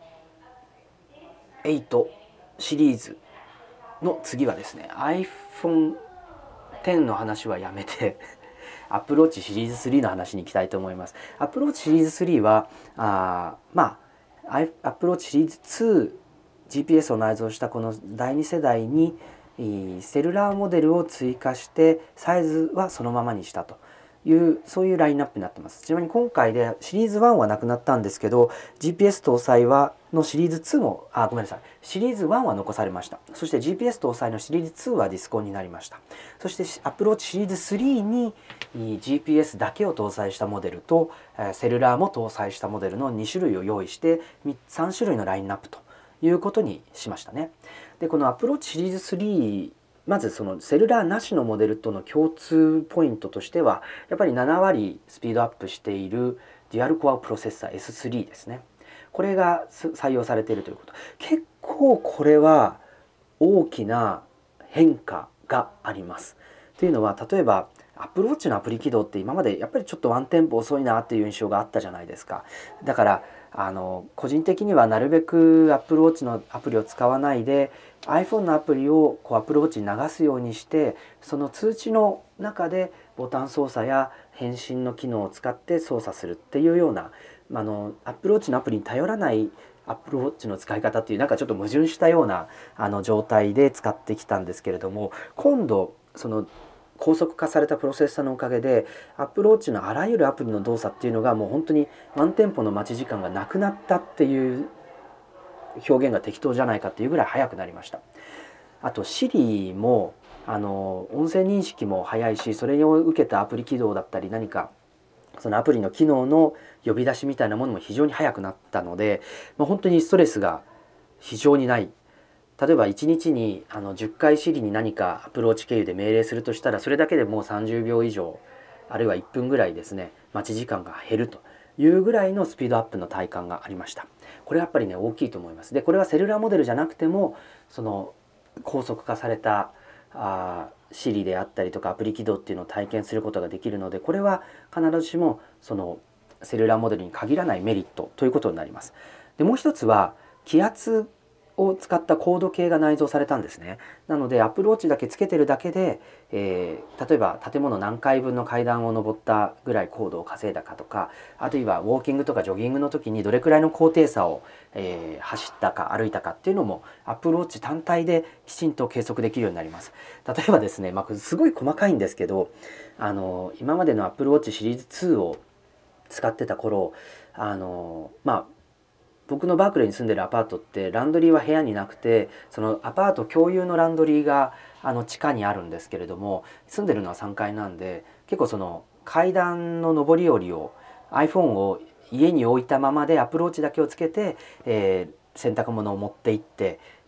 エイト シリーズの次はですね アイフォンテン の話はやめてアップルウォッチシリーズスリーの話に行きたいと思います。アップルウォッチシリーズスリーはあまあアップルウォッチシリーズツー ジーピーエス を内蔵したこのだいに世代にセルラーモデルを追加してサイズはそのままにしたというそういうラインナップになってます。ちなみに今回でシリーズワンはなくなったんですけど ジーピーエス 搭載はのシリーズツーもあごめんなさいシリーズワンは残されました。そして ジーピーエス 搭載のシリーズツーはディスコンになりました。そして Apple Watch シリーズスリーに ジーピーエス だけを搭載したモデルとセルラーも搭載したモデルのに種類を用意してさん種類のラインナップということにしましたね。でこの Apple Watch シリーズスリー、まずそのセルラーなしのモデルとの共通ポイントとしてはやっぱりなな割スピードアップしているデュアルコアプロセッサー エススリー ですね。これが採用されているということ、結構これは大きな変化があります。というのは例えばApple Watch のアプリ起動って今までやっぱりちょっとワンテンポ遅いなっていう印象があったじゃないですか。だからあの個人的にはなるべく Apple Watch のアプリを使わないで iPhone のアプリをこう Apple Watch に流すようにしてその通知の中でボタン操作や返信の機能を使って操作するっていうようなあの Apple Watch のアプリに頼らないApple Watch の使い方っていうなんかちょっと矛盾したようなあの状態で使ってきたんですけれども、今度その高速化されたプロセッサーのおかげで Apple Watch のあらゆるアプリの動作っていうのがもう本当にワンテンポの待ち時間がなくなったっていう表現が適当じゃないかっていうぐらい速くなりました。あと Siri もあの音声認識も速いし、それを受けたアプリ起動だったり何かそのアプリの機能の呼び出しみたいなものも非常に速くなったので、まあ、本当にストレスが非常にない。例えばいちにちにあのじゅっかい Siri に何かアプローチ経由で命令するとしたらそれだけでもうさんじゅうびょう以上あるいはいっぷんぐらいですね待ち時間が減るというぐらいのスピードアップの体感がありました。これはやっぱりね大きいと思います。でこれはセルラーモデルじゃなくてもその高速化されたあ Siri であったりとかアプリ起動っていうのを体験することができるので、これは必ずしもそのセルラーモデルに限らないメリットということになります。でもう一つは気圧を使ったコード計が内蔵されたんですね。なので Apple Watch だけつけてるだけで、えー、例えば建物何階分の階段を上ったぐらい高度を稼いだかとか、あるいはウォーキングとかジョギングの時にどれくらいの高低差を、えー、走ったか歩いたかっていうのも Apple Watch 単体できちんと計測できるようになります。例えばですね、まあ、すごい細かいんですけど、あの今までの Apple Watch シリーズツーを使ってた頃、あのまあ僕のバークレーに住んでるアパートってランドリーは部屋になくて、そのアパート共有のランドリーがあの地下にあるんですけれども、住んでるのはさんがいなんで結構その階段の上り下りを iPhone を家に置いたままでアプローチだけをつけて、えー、洗濯物を持って行って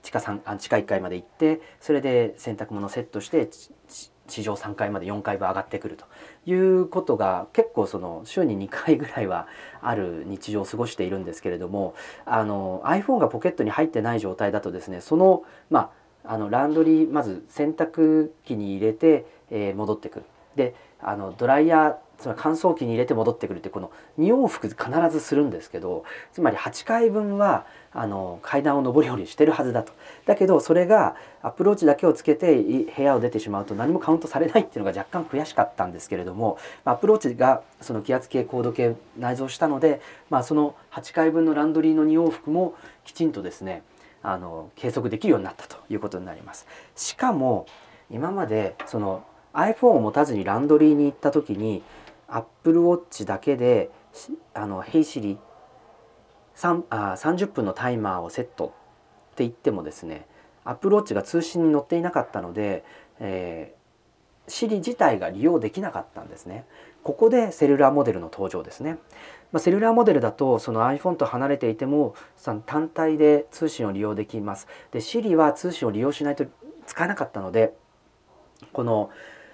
地下さんあ地下いっかいまで行って、それで洗濯物をセットして地上さんがいまでよんかいぶん上がってくるということが結構その週ににかいぐらいはある日常を過ごしているんですけれども、あの iPhone がポケットに入ってない状態だとですね、そのまああのランドリーまず洗濯機に入れて、えー戻ってくる。であのドライヤーつまり乾燥機に入れて戻ってくるってこのに往復必ずするんですけど、つまりはちかいぶんはあの階段を上り下りしてるはずだと。だけどそれがアプローチだけをつけて部屋を出てしまうと何もカウントされないっていうのが若干悔しかったんですけれども、アプローチがその気圧計高度計内蔵したので、まあ、そのはちかいぶんのランドリーのに往復もきちんとですねあの計測できるようになったということになります。しかも今までその iPhone を持たずにランドリーに行った時に Apple Watch だけであの Hey Siri さんあさんじゅっぷんのタイマーをセットって言ってもですね Apple Watch が通信に乗っていなかったので、えー、Siri 自体が利用できなかったんですね。ここでセルラーモデルの登場ですね。まあ、セルラーモデルだとその iPhone と離れていても単体で通信を利用できます。で Siri は通信を利用しないと使えなかったので、この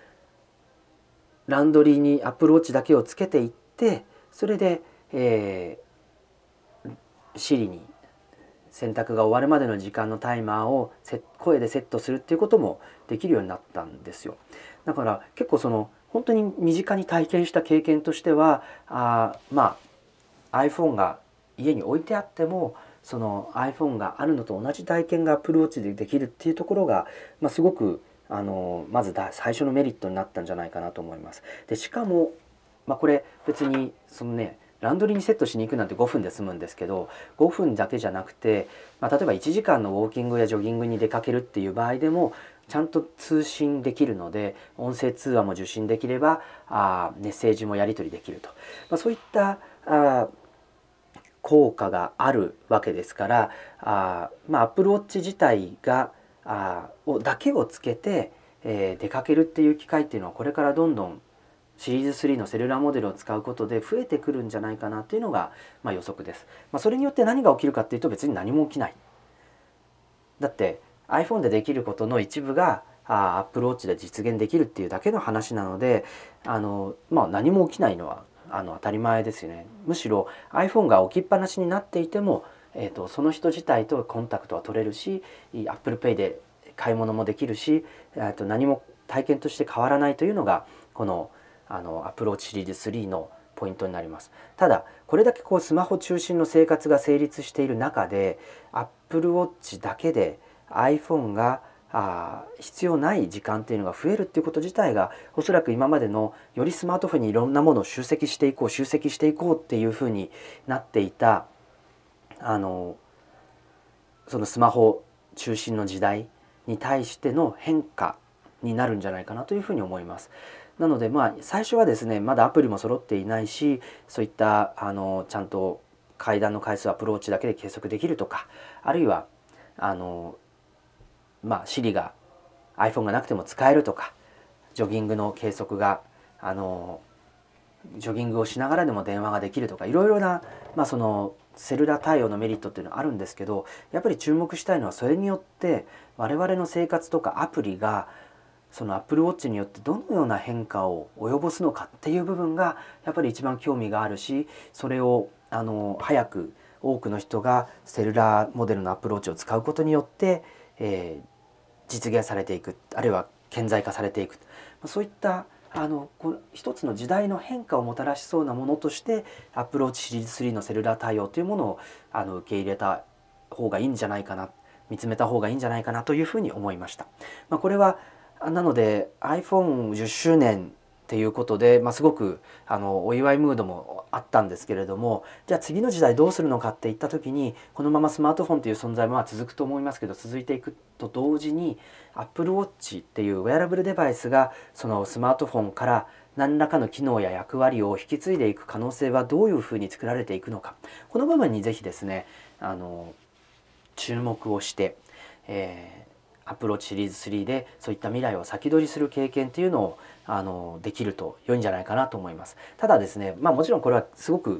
ランドリーに Apple Watch だけをつけていって、それで、えー、Siri に洗濯が終わるまでの時間のタイマーを声でセットするっていうこともできるようになったんですよ。だから結構その本当に身近に体験した経験としては、あまあ iPhone が家に置いてあってもその iPhone があるのと同じ体験が Apple Watch でできるっていうところが、まあ、すごくあのまずだ最初のメリットになったんじゃないかなと思います。でしかも、まあ、これ別にそのねランドリーにセットしに行くなんてごふんで済むんですけど、ごふんだけじゃなくて、まあ、例えばいちじかんのウォーキングやジョギングに出かけるっていう場合でもちゃんと通信できるので、音声通話も受信できればあメッセージもやり取りできると、まあ、そういったあ効果があるわけですから、あまあ Apple Watch 自体があをだけをつけて、えー、出かけるっていう機会っていうのはこれからどんどんシリーズスリーのセルラーモデルを使うことで増えてくるんじゃないかなというのが、まあ、予測です。まあ、それによって何が起きるかっていうと別に何も起きない。だって iPhone でできることの一部があ Apple Watch で実現できるっていうだけの話なので、あの、まあ、何も起きないのはあの当たり前ですよね。むしろ iPhone が置きっぱなしになっていても、えーと、その人自体とコンタクトは取れるし Apple Pay で買い物もできるし、えーと、何も体験として変わらないというのがこのあの Apple Watch シリーズスリーのポイントになります。ただこれだけこうスマホ中心の生活が成立している中で Apple Watch だけで iPhone があ必要ない時間っていうのが増えるっていうこと自体がおそらく今までのよりスマートフォンにいろんなものを集積していこう集積していこうっていうふうになっていたあのそのスマホ中心の時代に対しての変化になるんじゃないかなというふうに思います。なのでまあ最初はですねまだアプリも揃っていないし、そういったあのちゃんと階段の回数アプローチだけで計測できるとか、あるいはあのまあ Siri が iPhone がなくても使えるとか、ジョギングの計測があのジョギングをしながらでも電話ができるとか、いろいろな、まあ、そのセルラー対応のメリットっていうのはあるんですけど、やっぱり注目したいのはそれによって我々の生活とかアプリがその Apple Watch によってどのような変化を及ぼすのかっていう部分がやっぱり一番興味があるし、それをあの早く多くの人がセルラーモデルの Apple Watch を使うことによって、えー、実現されていく、あるいは顕在化されていく、そういったあのこの一つの時代の変化をもたらしそうなものとして Apple Watch シリーズスリーのセルラー対応というものをあの受け入れた方がいいんじゃないかな、見つめた方がいいんじゃないかなというふうに思いました。まあ、これはなので アイフォンじゅっしゅうねんっていうことで、まあ、すごくあのお祝いムードもあったんですけれども、じゃあ次の時代どうするのかっていった時にこのままスマートフォンという存在も続くと思いますけど、続いていくと同時に Apple Watch っていうウェアラブルデバイスがそのスマートフォンから何らかの機能や役割を引き継いでいく可能性はどういうふうに作られていくのか、この部分にぜひですねあの注目をして、えーアプローチシリーズスリーでそういった未来を先取りする経験っていうのをあのできると良いんじゃないかなと思います。ただですね、まあもちろんこれはすごく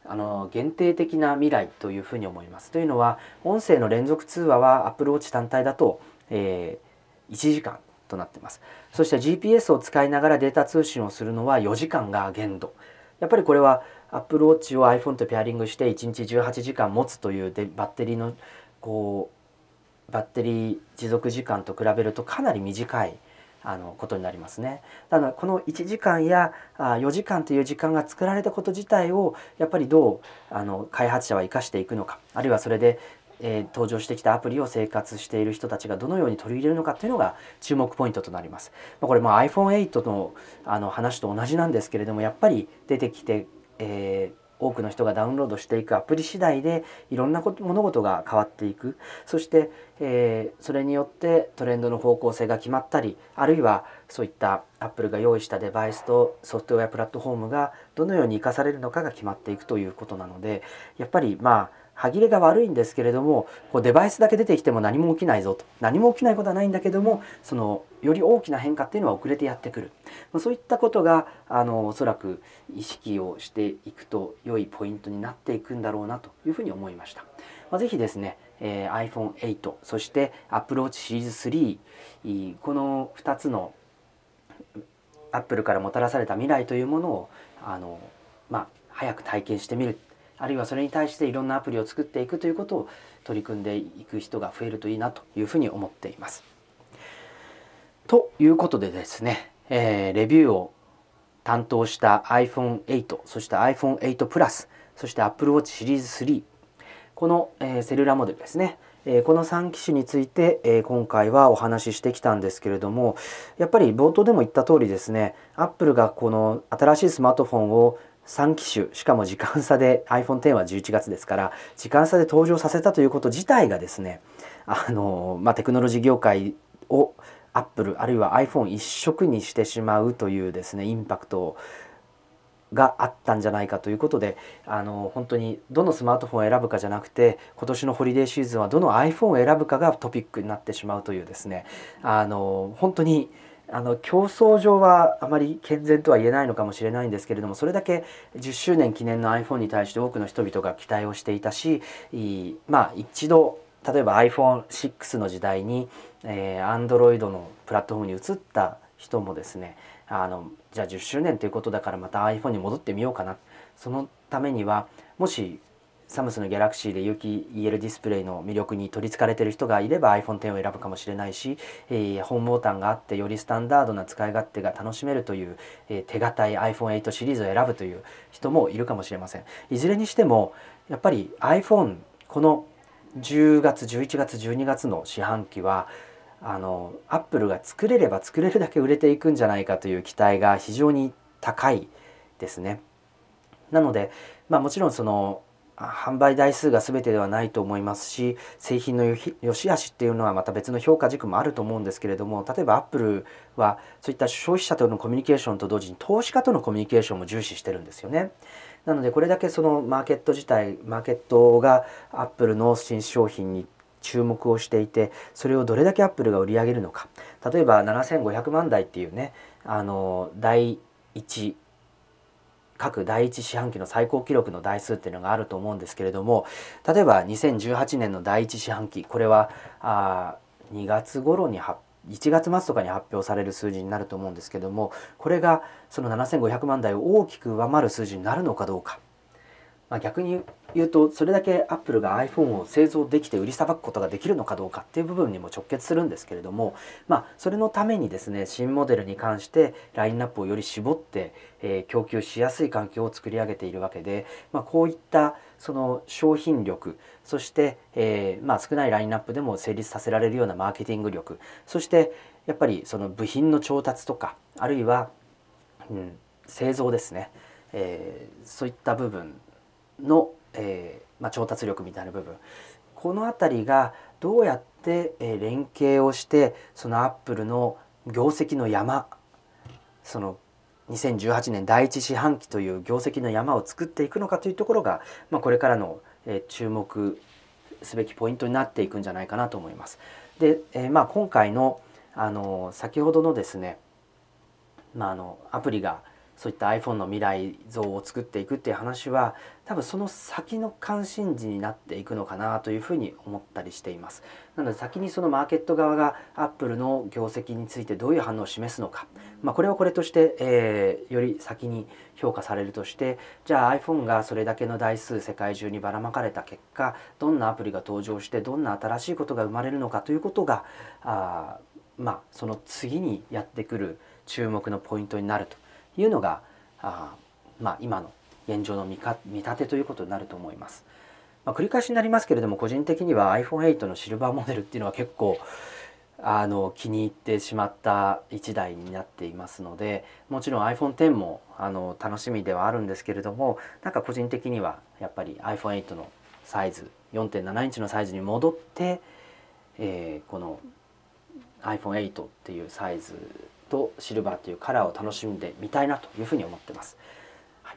あの限定的な未来というふうに思います。というのは音声の連続通話は Apple Watch 単体だと、えー、いちじかんとなっています。そして ジーピーエス を使いながらデータ通信をするのはよじかんが限度。やっぱりこれは Apple Watch を iPhone とペアリングしていちにちじゅうはちじかん持つというでバッテリーのこうバッテリー持続時間と比べるとかなり短いあのことになりますね。だからこのいちじかんやよじかんという時間が作られたこと自体をやっぱりどうあの開発者は生かしていくのか、あるいはそれで、えー、登場してきたアプリを生活している人たちがどのように取り入れるのかというのが注目ポイントとなります。これも アイフォンエイト の, あの話と同じなんですけれども、やっぱり出てきて、えー多くの人がダウンロードしていくアプリ次第でいろんなこと物事が変わっていく。そして、えー、それによってトレンドの方向性が決まったり、あるいはそういったアップルが用意したデバイスとソフトウェアプラットフォームがどのように生かされるのかが決まっていくということなので、やっぱりまあ歯切れが悪いんですけれども、こうデバイスだけ出てきても何も起きないぞと、何も起きないことはないんだけども、そのより大きな変化っていうのは遅れてやってくる。そういったことがあのおそらく意識をしていくと良いポイントになっていくんだろうなというふうに思いました。まあ、ぜひですね、えー、アイフォンエイト そして Apple Watch シリーズスリー、このふたつのアップルからもたらされた未来というものをあの、まあ、早く体験してみる、あるいはそれに対していろんなアプリを作っていくということを取り組んでいく人が増えるといいなというふうに思っています。ということでですね、えー、レビューを担当した アイフォンエイト、そして アイフォンエイトプラス、そして Apple Watch シリーズスリー、この、えー、セルラーモデルですね、えー、このさん機種について、えー、今回はお話ししてきたんですけれども、やっぱり冒頭でも言った通りですね、Apple がこの新しいスマートフォンをさん機種、しかも時間差で アイフォンテン はじゅういちがつですから、時間差で登場させたということ自体がですね、あの、まあ、テクノロジー業界をアップルあるいは iPhone 一色にしてしまうというですねインパクトがあったんじゃないかということで、あの本当にどのスマートフォンを選ぶかじゃなくて、今年のホリデーシーズンはどの iPhone を選ぶかがトピックになってしまうというですね、あの本当にあの競争上はあまり健全とは言えないのかもしれないんですけれども、それだけじゅっしゅうねん記念の iPhone に対して多くの人々が期待をしていたし、まあ一度例えば アイフォンシックス の時代に、えー、Android のプラットフォームに移った人もですね、あのじゃあじゅっしゅうねんということだからまた iPhone に戻ってみようかな。そのためにはもしサムスンのギャラクシーで有機 イーエル ディスプレイの魅力に取りつかれている人がいれば アイフォンテン を選ぶかもしれないし、えー、ホームボタンがあってよりスタンダードな使い勝手が楽しめるという、えー、手堅い アイフォンエイト シリーズを選ぶという人もいるかもしれません。いずれにしてもやっぱり iPhone このじゅうがつじゅういちがつじゅうにがつの四半期はあのアップルが作れれば作れるだけ売れていくんじゃないかという期待が非常に高いですね。なので、まあ、もちろんその販売台数が全てではないと思いますし、製品の良し悪しっていうのはまた別の評価軸もあると思うんですけれども、例えばアップルはそういった消費者とのコミュニケーションと同時に投資家とのコミュニケーションも重視してるんですよね。なのでこれだけそのマーケット自体マーケットがアップルの新商品に注目をしていて、それをどれだけアップルが売り上げるのか。例えばななせんごひゃくまんだいっていうね、あの第一各第一四半期の最高記録の台数っていうのがあると思うんですけれども、例えばにせんじゅうはちねんの第一四半期、これはあにがつ頃に発いちがつまつとかに発表される数字になると思うんですけども、これがそのななせんごひゃくまんだいを大きく上回る数字になるのかどうか。まあ、逆に言うとそれだけアップルが iPhone を製造できて売りさばくことができるのかどうかっていう部分にも直結するんですけれども、まあ、それのためにですね新モデルに関してラインナップをより絞って、えー、供給しやすい環境を作り上げているわけで、まあ、こういったその商品力、そして、えーまあ、少ないラインナップでも成立させられるようなマーケティング力、そしてやっぱりその部品の調達とかあるいは、うん、製造ですね、えー、そういった部分の、えーまあ、調達力みたいな部分、この辺りがどうやって、えー、連携をしてそのアップルの業績の山、そのにせんじゅうはちねん第一四半期という業績の山を作っていくのかというところが、まあ、これからの、えー、注目すべきポイントになっていくんじゃないかなと思います。で、えーまあ、今回の、あの先ほどのですね、まあ、あのアプリがそういった iPhone の未来像を作っていくっていう話は多分その先の関心事になっていくのかなというふうに思ったりしています。なので先にそのマーケット側が Apple の業績についてどういう反応を示すのか、まあ、これはこれとして、えー、より先に評価されるとして、じゃあ iPhone がそれだけの台数世界中にばらまかれた結果どんなアプリが登場してどんな新しいことが生まれるのかということがあまあその次にやってくる注目のポイントになるというのがあ、まあ、今の現状の見か見立てということになると思います。まあ、繰り返しになりますけれども個人的には アイフォンエイト のシルバーモデルっていうのは結構あの気に入ってしまった一台になっていますので、もちろん アイフォンテン もあの楽しみではあるんですけれども、なんか個人的にはやっぱり アイフォンエイト のサイズ よんてんなな インチのサイズに戻って、えー、この アイフォンエイト っていうサイズとシルバーというカラーを楽しんでみたいなというふうに思ってます。はい、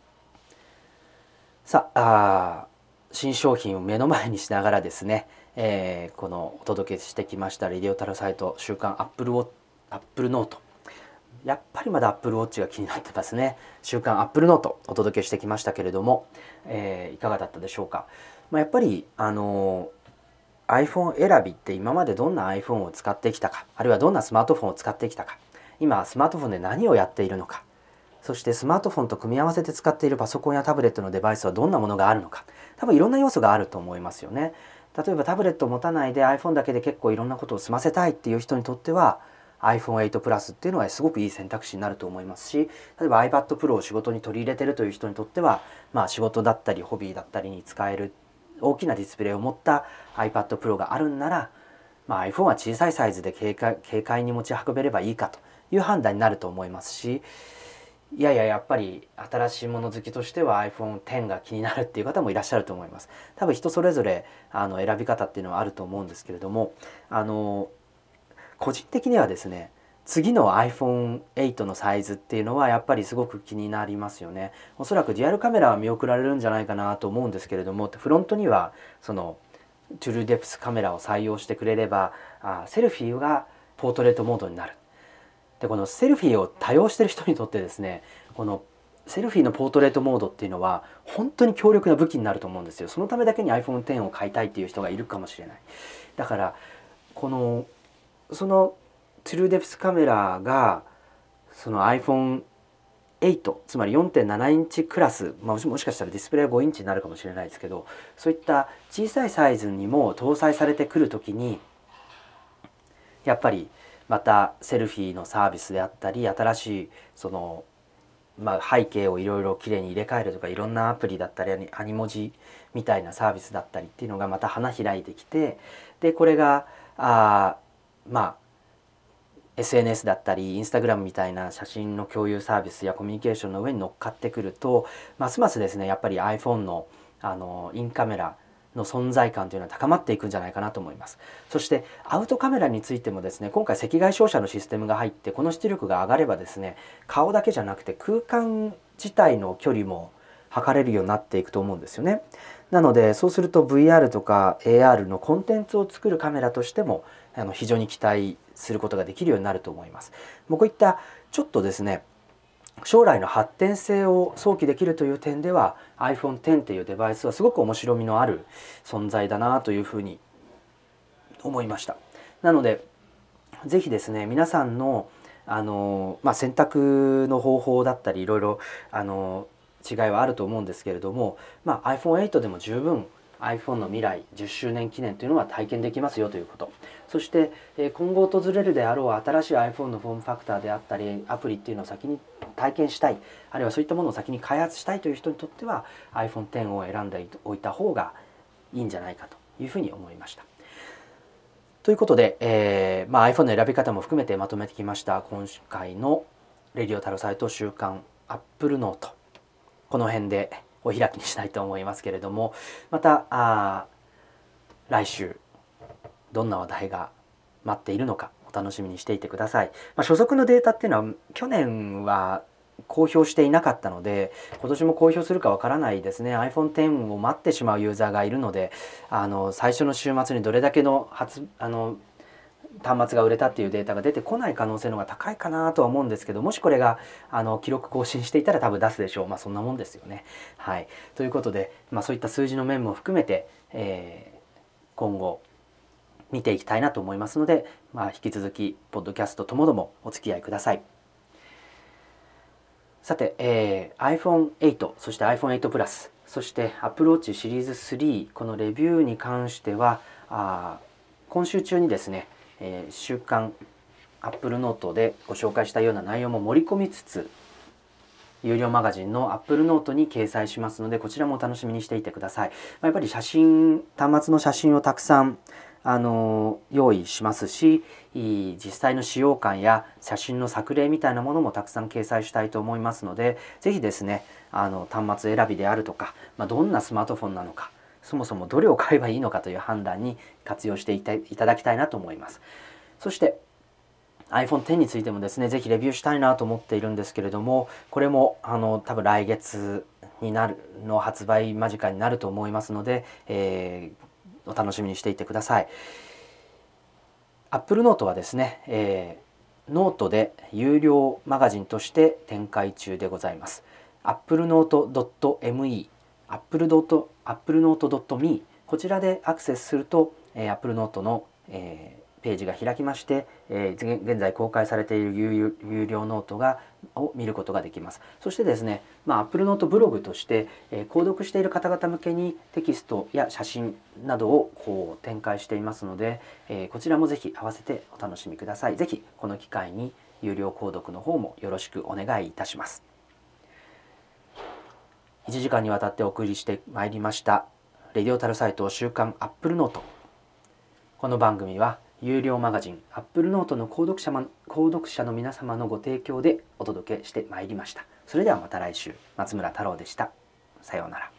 さあ、あ新商品を目の前にしながらですね、えー、このお届けしてきましたレディオタルサイト週刊アップルウォアップルノート、やっぱりまだアップルウォッチが気になってますね。週刊アップルノートお届けしてきましたけれども、えー、いかがだったでしょうか。まあ、やっぱりあのー、iPhone 選びって今までどんな iPhone を使ってきたか、あるいはどんなスマートフォンを使ってきたか、今スマートフォンで何をやっているのか、そしてスマートフォンと組み合わせて使っているパソコンやタブレットのデバイスはどんなものがあるのか、多分いろんな要素があると思いますよね。例えばタブレットを持たないで iPhone だけで結構いろんなことを済ませたいっていう人にとっては アイフォンエイト プラスっていうのはすごくいい選択肢になると思いますし、例えば iPad Pro を仕事に取り入れてるという人にとっては、まあ、仕事だったりホビーだったりに使える大きなディスプレイを持った iPad Pro があるんなら、まあ、iPhone は小さいサイズで軽快、軽快に持ち運べればいいかという判断になると思いますし、いやいややっぱり新しいもの好きとしては アイフォンテン が気になるっていう方もいらっしゃると思います。多分人それぞれあの選び方っていうのはあると思うんですけれども、あの個人的にはですね、次の アイフォンエイト のサイズっていうのはやっぱりすごく気になりますよね。おそらくデュアルカメラは見送られるんじゃないかなと思うんですけれども、フロントにはそのトゥルーデプスカメラを採用してくれれば、あセルフィーがポートレートモードになる。でこのセルフィーを多用している人にとってですね、このセルフィーのポートレートモードっていうのは本当に強力な武器になると思うんですよ。そのためだけに アイフォンテン を買いたいっていう人がいるかもしれない。だからこのそのトゥルーデプスカメラがその アイフォンエイト、つまり よんてんなな インチクラス、まあ、もしかしたらディスプレイはごインチになるかもしれないですけど、そういった小さいサイズにも搭載されてくるときにやっぱりまたセルフィーのサービスであったり、新しいその、まあ、背景をいろいろきれいに入れ替えるとか、いろんなアプリだったりアニ文字みたいなサービスだったりっていうのがまた花開いてきて、でこれがあまあ エスエヌエス だったりインスタグラムみたいな写真の共有サービスやコミュニケーションの上に乗っかってくると、ますますですねやっぱり iPhone のあのインカメラの存在感というのは高まっていくんじゃないかなと思います。そしてアウトカメラについてもですね、今回赤外照射のシステムが入って、この出力が上がればですね、顔だけじゃなくて空間自体の距離も測れるようになっていくと思うんですよね。なのでそうすると ブイアール とか エーアール のコンテンツを作るカメラとしてもあの非常に期待することができるようになると思います。もうこういったちょっとですね将来の発展性を想起できるという点では アイフォンテン というデバイスはすごく面白みのある存在だなというふうに思いました。なのでぜひですね皆さんのあの、まあ、選択の方法だったりいろいろあの違いはあると思うんですけれども、まあ、アイフォンエイト でも十分 iPhone の未来じゅっしゅうねん記念というのは体験できますよということ、そして今後訪れるであろう新しい iPhone のフォームファクターであったりアプリっていうのを先に体験したい、あるいはそういったものを先に開発したいという人にとっては アイフォンテン を選んでおいた方がいいんじゃないかというふうに思いました。ということで、えーまあ、iPhone の選び方も含めてまとめてきました今回のレディオタロサイト週刊アップルノート、この辺でお開きにしたいと思いますけれども、またあ来週どんな話題が待っているのかお楽しみにしていてください。まあ、初速のデータっていうのは去年は公表していなかったので今年も公表するかわからないですね。 アイフォンテン を待ってしまうユーザーがいるので、あの最初の週末にどれだけの発あの端末が売れたっていうデータが出てこない可能性の方が高いかなとは思うんですけど、もしこれがあの記録更新していたら多分出すでしょう。まあそんなもんですよね。はい、ということで、まあ、そういった数字の面も含めて、えー、今後見ていきたいなと思いますので、まあ、引き続きポッドキャストともどもお付き合いください。さて、えー、アイフォンエイト そして アイフォンエイト プラス、そして Apple Watch シリーズスリー、このレビューに関してはあ今週中にですね、えー、週刊 Apple Note でご紹介したような内容も盛り込みつつ、有料マガジンの Apple Note に掲載しますので、こちらもお楽しみにしていてください。やっぱり写真、端末の写真をたくさんあの用意しますし、実際の使用感や写真の作例みたいなものもたくさん掲載したいと思いますので、ぜひですね、あの端末選びであるとか、まあ、どんなスマートフォンなのか、そもそもどれを買えばいいのかという判断に活用していただきたいなと思います。そして アイフォンテン についてもですね、ぜひレビューしたいなと思っているんですけれども、これもあの多分来月になるの発売間近になると思いますので、えー、お楽しみにしていてください。Apple Note はですね、えー、ノートで有料マガジンとして展開中でございます。アップルノート ドット エムイー、アップルノート アップルノート ドット ミー、こちらでアクセスすると、えー、Apple Note の、えーページが開きまして、えー、現在公開されている有, 有料ノートがを見ることができます。そしてですね、まあ、Apple Note ブログとして、えー、購読している方々向けにテキストや写真などをこう展開していますので、えー、こちらもぜひ合わせてお楽しみください。ぜひこの機会に有料購読の方もよろしくお願いいたします。いちじかんにわたってお送りしてまいりましたレディオタルサイト週刊 Apple Note。この番組は有料マガジン Apple Note の購読者購読者の皆様のご提供でお届けしてまいりました。それではまた来週。松村太郎でした。さようなら。